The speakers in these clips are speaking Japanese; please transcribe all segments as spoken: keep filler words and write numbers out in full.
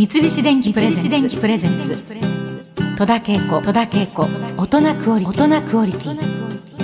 三菱電機プレゼンツ戸田恵子大人クオリティ。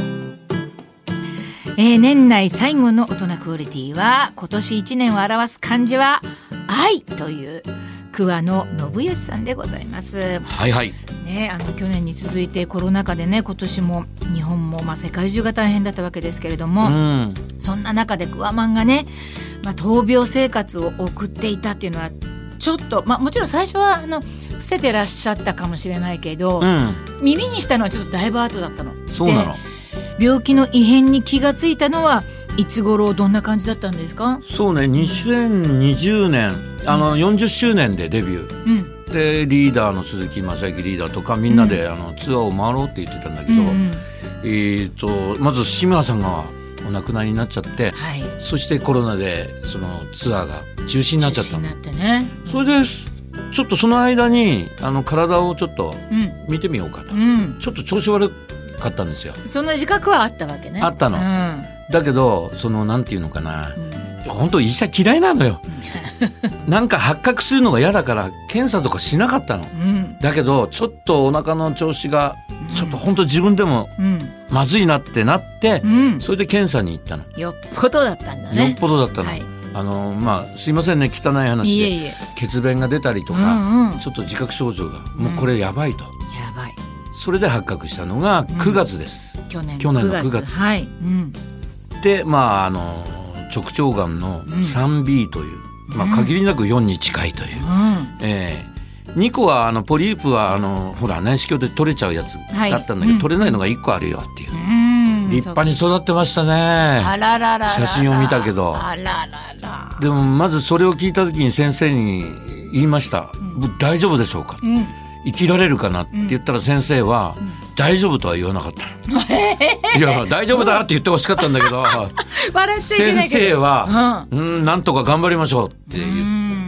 えー、年内最後の大人クオリティは、今年いちねんを表す漢字は愛という桑野信義さんでございます。 はいはい、 ね、あの去年に続いてコロナ禍でね、今年も日本も、まあ、世界中が大変だったわけですけれども、うん、そんな中で桑マンがね、まあ、闘病生活を送っていたっていうのはちょっと、まあ、もちろん最初はあの伏せてらっしゃったかもしれないけど、うん、耳にしたのはちょっとだいぶ後だったの。 そうなの。 病気の異変に気がついたのはいつ頃、どんな感じだったんですか？ そうね、にせんにじゅうねん、あのよんじゅっしゅうねんでデビュー、うん、でリーダーの鈴木雅之リーダーとかみんなで、うん、あのツアーを回ろうって言ってたんだけど、うんうん、えー、とまず志村さんがお亡くなりになっちゃって、はい、そしてコロナでそのツアーが中止になっちゃったの。 中止になってね、 それでちょっとその間にあの体をちょっと見てみようかと、うん、ちょっと調子悪かったんですよ。 その自覚はあったわけね。 あったの、うん、だけどそのなんていうのかな、うん、本当医者嫌いなのよなんか発覚するのが嫌だから検査とかしなかったの、うん、だけどちょっとお腹の調子がちょっと本当自分でもまずいなってなって、うん、それで検査に行ったの。 よっぽどだったんだね。 よっぽどだったの、はい、あのまあ、すいませんね、汚い話で。 いえいえ、 血便が出たりとか、うんうん、ちょっと自覚症状がもうこれやばいと、うん、やばい。 それで発覚したのがくがつです、 うん、去年去年のくがつ、 はい、うん、 で、まあ、あの直腸がんの スリービー という、うん、まあ、限りなくよんに近いという、うん、えー、にこはあのポリープはあのほら内視鏡で取れちゃうやつだったんだけど、はい、取れないのがいっこあるよっていう、うん、立派に育ってましたね。 あらららら、 写真を見たけど、 あららら。 でもまずそれを聞いた時に先生に言いました、うん、大丈夫でしょうか、うん、生きられるかなって言ったら先生は、うん、大丈夫とは言わなかったいや大丈夫だって言ってほしかったんだけど笑っちゃいけないけど先生は、うんうん、なんとか頑張りましょうって言う、うん、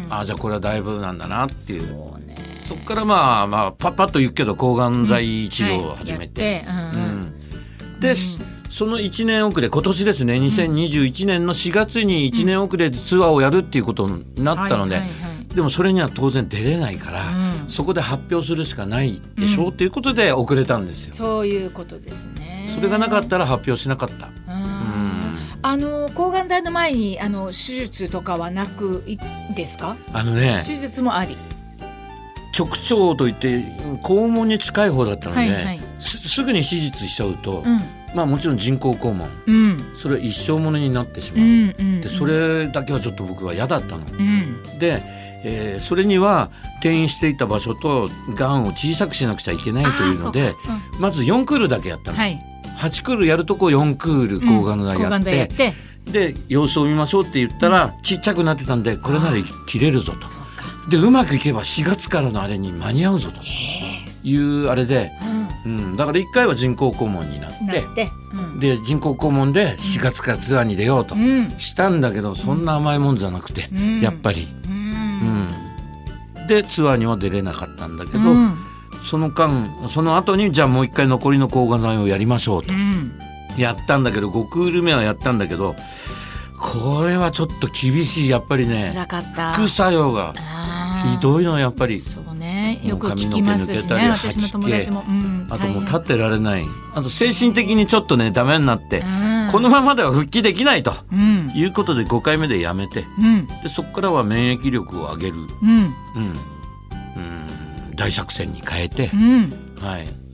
あ、じゃあこれはだいぶなんだなっていう、 そう、ね、そっからまあ、まあ、パッパッと言うけど抗がん剤治療を始めて、うん、はい、うんうん、で、うん、そのいちねん遅れ、今年ですね、にせんにじゅういちねんのしがつにいちねん遅れでツアーをやるっていうことになったので、はいはいはい、でもそれには当然出れないから、うん、そこで発表するしかないでしょう、うん、っていうことで遅れたんですよ。 そういうことですね。 それがなかったら発表しなかった。うん、 あの抗がん剤の前にあの手術とかはなくいですか？ あのね、 手術もあり、 直腸といって肛門に近い方だったので、はいはい、す, すぐに手術しちゃうと、うん、まあ、もちろん人工肛門、うん、それは一生ものになってしまう、うんうんうん、でそれだけはちょっと僕は嫌だったの、うん、で、えー、それには転院していた場所とがんを小さくしなくちゃいけないというので、うん、まずよんクールだけやったの、はい、はちクールやるとこよんクール抗がん剤やって、うん、抗がん剤やってで様子を見ましょうって言ったら、うん、ちっちゃくなってたんでこれなら切れるぞと、でうまくいけばしがつからのあれに間に合うぞというあれで、うんうん、だからいっかいは人工肛門になって、なって、うん、で人工肛門でしがつからツアーに出ようとしたんだけど、うん、そんな甘いもんじゃなくて、うん、やっぱり、うんうん、でツアーには出れなかったんだけど、うん、その間その後にじゃあもう一回残りの抗がん剤をやりましょうと、うん、やったんだけどごクールめはやったんだけど、これはちょっと厳しい、やっぱりね、 辛かった、 副作用がひどいのはやっぱり。 そうね、よく聞きますしね、私の友達も、うん、 あともう立ってられない、あと精神的にちょっとねダメになって、このままでは復帰できないと、うん、いうことでごかいめでやめて、うん、でそこからは免疫力を上げる、うんうんうん、大作戦に変えて、うんはい、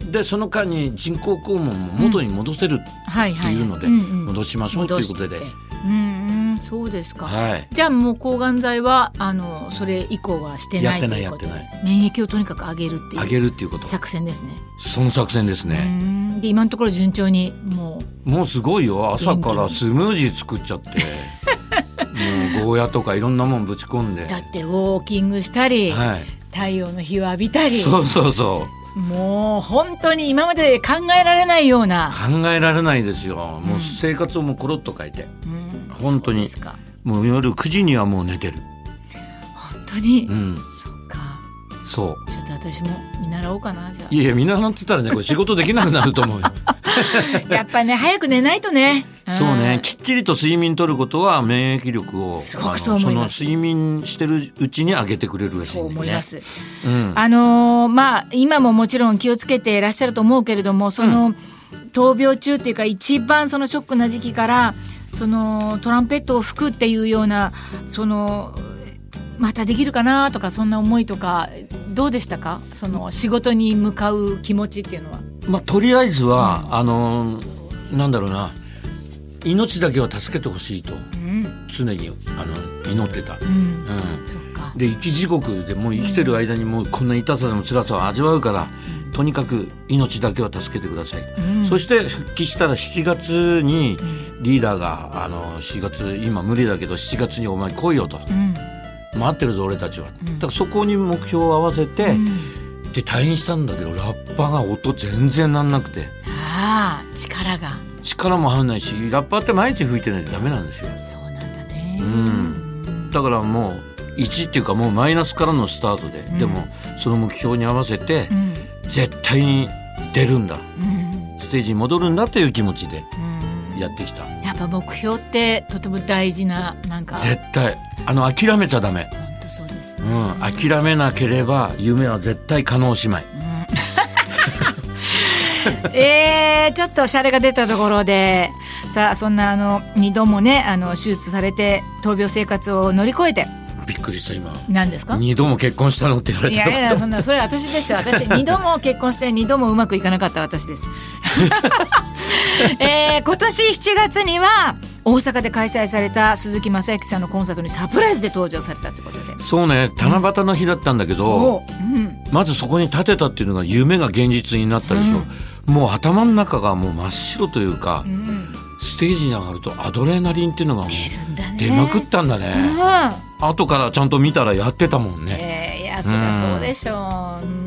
でその間に人工肛門も元に戻せるっていうので戻しましょうということで、 うんうん、そうですか、 はい、 じゃあもう抗がん剤はあのそれ以降はしてないということで、やってないやってない、免疫をとにかく上げるっていう、 上げるっていうこと作戦ですね。 その作戦ですね。 うんで今のところ順調にもうもうすごいよ、朝からスムージー作っちゃってもうゴーヤとかいろんなもんぶち込んで、 だってウォーキングしたり、はい、太陽の日を浴びたり、 そうそうそう、 もう本当に今まで考えられないような、 考えられないですよ、うん、もう生活をもうコロッと変えて、うん、本当にもう夜くじにはもう寝てる、 本当に、 うん、 そうか、 そうちょっと私も見習おうかな。じゃあいやいや見習ってたらねこれ仕事できなくなると思うよやっぱね早く寝ないとね。 そうね、きっちりと睡眠取ることは免疫力をすごくそう思います。 その睡眠してるうちに上げてくれるらしいんでね。 そう思います、 うん、 あのー、まあ今ももちろん気をつけていらっしゃると思うけれども、その、うん、闘病中っていうか一番そのショックな時期からそのトランペットを吹くっていうような、そのまたできるかなとか、そんな思いとかどうでしたか、その仕事に向かう気持ちっていうのは。 まあ、とりあえずは、うん、あのなんだろうな、命だけは助けてほしいと、うん、常にあの祈ってた、うんうん、そっか。で生き地獄でもう生きてる間にもうこんな痛さでも辛さを味わうから、うん、とにかく命だけは助けてください、うん、そして復帰したらしちがつにリーダーがあのしがつ今無理だけどしちがつにお前来いよと、うん、待ってるぞ俺たちは、うん、だからそこに目標を合わせて、うん、で退院したんだけどラッパが音全然なんなくて、 ああ力が力も入らないし、ラッパーって毎日吹いてないとダメなんですよ。 そうなんだね、 うん、だからもういちっていうかもうマイナスからのスタートで、うん、でもその目標に合わせて、うん、絶対に出るんだ、うん、ステージに戻るんだという気持ちでやってきた、うん、 やっぱ目標ってとても大事な、なんか絶対あの諦めちゃダメ。 本当そうですね、 うん、諦めなければ夢は絶対可能姉妹、 えー、ちょっとシャレが出たところでさあ、そんなあのにどもねあの手術されて闘病生活を乗り越えて、 びっくりした今。 何ですか？ にども結婚したのって言われた。 いやいやそんなそれ私ですよ。私にども結婚してにどもうまくいかなかった私です、えー、今年しちがつには大阪で開催された鈴木雅之さんのコンサートにサプライズで登場されたということで。 そうね、七夕の日だったんだけど、うん、まずそこに立てたっていうのが夢が現実になったでしょ、うん、もう頭の中がもう真っ白というか、うん、ステージに上がるとアドレナリンっていうのがもう出まくったんだね、うん、後からちゃんと見たらやってたもんね、 えー、いやそりゃそうでしょう、うん、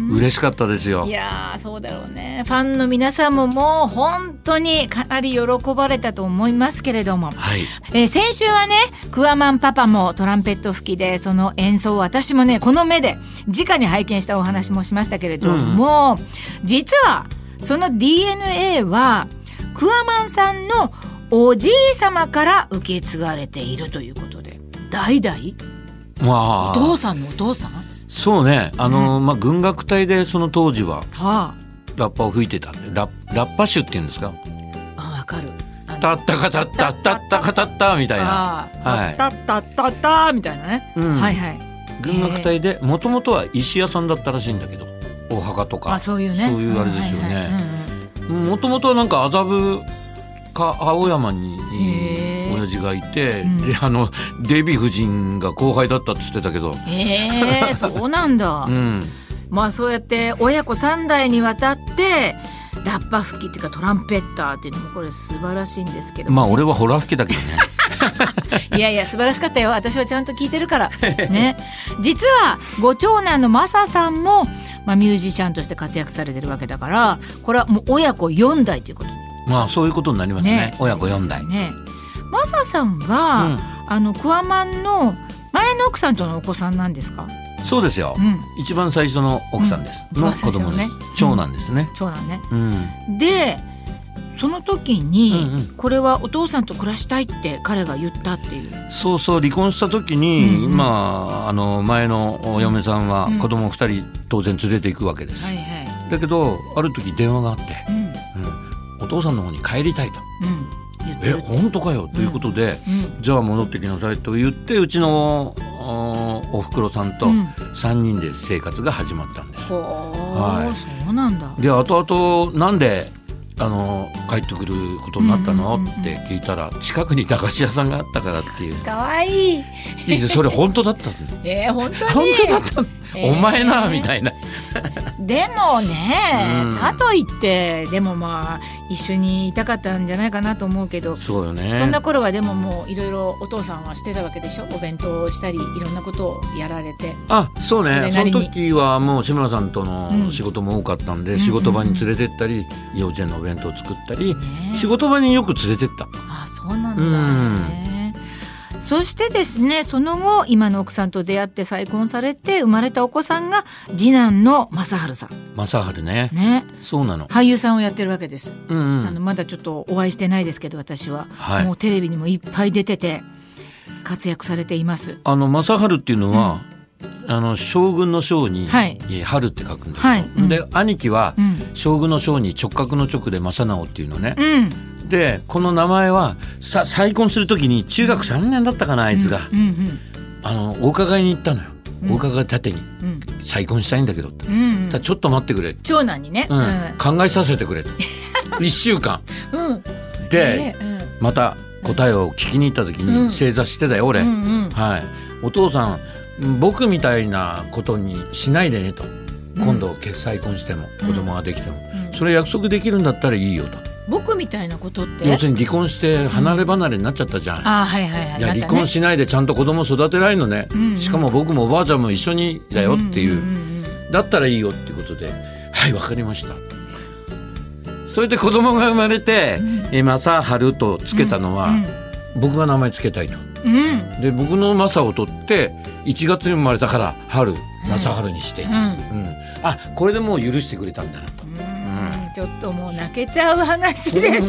嬉しかったですよ。 いやそうだろうね。ファンの皆さんももう本当にかなり喜ばれたと思いますけれども、はい、えー、先週はねクワマンパパもトランペット吹きでその演奏を私もねこの目で直に拝見したお話もしましたけれども、うん、実はその ディーエヌエー はクワマンさんのおじい様から受け継がれているということで、代々お父さんのお父さん。 そうね、あの、うん、まあ、軍楽隊でその当時はラッパを吹いてたんで、ラッ、ラッパ手っていうんですか。 あ、わかる。 タッタカタッタッタッタカタッタみたいな、 はい、タッタッタッタみたいなね、うん、はいはい。 軍楽隊でもともとは石屋さんだったらしいんだけど、お墓とか、 あ、そういうね、 そういうあれですよね。もともとはなんか麻布か青山に親父がいて、うん、であのデヴィ夫人が後輩だったって言ってたけど、 へえそうなんだ、うん、まあそうやって親子さん代にわたってラッパ吹きっていうかトランペッターっていうのもこれ素晴らしいんですけど、 まあ俺はホラー吹きだけどねいやいや素晴らしかったよ、私はちゃんと聞いてるからね。実はご長男のマサさんも、まあ、ミュージシャンとして活躍されてるわけだから、これはもう親子よん代ということ。 まあそういうことになります ね, ね親子よん代ね。 マサさんは、うん、あのクワマンの前の奥さんとのお子さんなんですか？ そうですよ、うん、一番最初の奥さんです、うん、の子供です、ね、長男ですね、 うん、長男ね、うん、でその時に、うんうん、これはお父さんと暮らしたいって彼が言ったっていう。 そうそう、離婚した時に、うんうん、まあ、あの前のお嫁さんは子供ふたり当然連れていくわけです、うんはいはい、だけどある時電話があって、うんうん、お父さんの方に帰りたいと、うん、え本当かよということで、うんうん、じゃあ戻ってきなさいと言って、うちの お, おふくろさんとさんにんで生活が始まったんです、うんはい、そうなんだ。 で後々なんであの帰ってくることになったの、うんうんうんうん、って聞いたら、近くに駄菓子屋さんがあったからっていう。 かわいい。 いいそれ本当だったの。 えー、本当に本当だったの、えー、お前なみたいな。 でもね、うん、かといってでもまあ一緒にいたかったんじゃないかなと思うけど。 そうよね。 そんな頃はでももういろいろお父さんはしてたわけでしょ。お弁当をしたりいろんなことをやられて。 あ、そうね。その時はもう志村さんとの仕事も多かったんで、うん、仕事場に連れてったり、うんうんうん、幼稚園のお弁当を作ったり、ね、仕事場によく連れてった。 あ、そうなんだね、 そしてですね、その後今の奥さんと出会って再婚されて生まれたお子さんが次男の正治さん。 正治ね。 ね、 そうなの。 俳優さんをやってるわけです、 うんうん、 あのまだちょっとお会いしてないですけど私は、 はい、 もうテレビにもいっぱい出てて活躍されています。 あの正治っていうのは、うん、あの将軍の将に、はい、春って書くんだけど、はい、うん、で兄貴は、うん、将軍の将に直角の直で正直っていうのね、うん、でこの名前はさ再婚するときに中学さんねんだったかな、あいつが、うんうんうん、あのお伺いに行ったのよ、うん、お伺い縦に、うん、再婚したいんだけどって、うんうん、ちょっと待ってくれ、 長男にね、 うんうん、考えさせてくれいっしゅうかん、うん、で、えーうん、また答えを聞きに行った時に正座してたよ俺、うんうんうん、はい、お父さん僕みたいなことにしないでねと、うん、今度再婚しても子供ができても、うん、それ約束できるんだったらいいよと。 僕みたいなことって要するに離婚して離れ離れになっちゃったじゃん、うん、 あ、はいはいはい、 いや離婚しないでちゃんと子供育てられるのね、うんうん、しかも僕もおばあちゃんも一緒にだよっていう、うんうんうんうん、だったらいいよっていうことで、はいわかりました。それで子供が生まれて、うん、正治とつけたのは、うんうん、僕が名前つけたいと、うん、で僕の正を取っていちがつに生まれたから春、正治にして、うんうん、あこれでもう許してくれたんだなと、うんうん、ちょっともう泣けちゃう話です。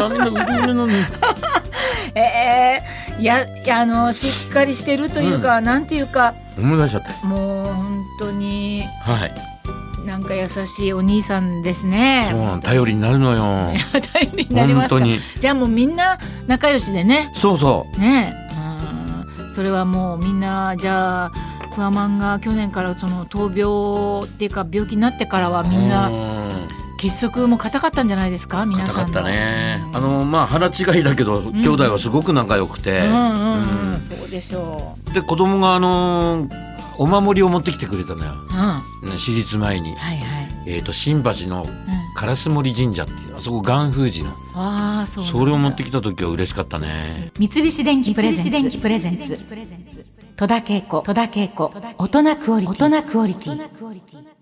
えー、いやいやあのしっかりしてるというか、うん、なんていうか思い出しちゃったもう本当に、 はい、 なんか優しいお兄さんですね。 そうなん頼りになるのよ頼りになりますか。じゃあもうみんな仲良しでね。 そうそうね、うん、それはもうみんなじゃあクワマンが去年からその闘病っていうか病気になってからはみんな結束も固かったんじゃないですか皆さんの。 固かったね、うん、あのまあ腹違いだけど、うん、兄弟はすごく仲良くて、 うんうんうん、そうでしょう。 で子供があのお守りを持ってきてくれたのよ、うん、手術前に、はいはい、えーと、新橋の烏森神社っていう、あそこ元封寺の、あ、そうなんだ、それを持ってきた時は嬉しかったね。 三菱電機プレゼンツ戸田恵子大人クオリティ。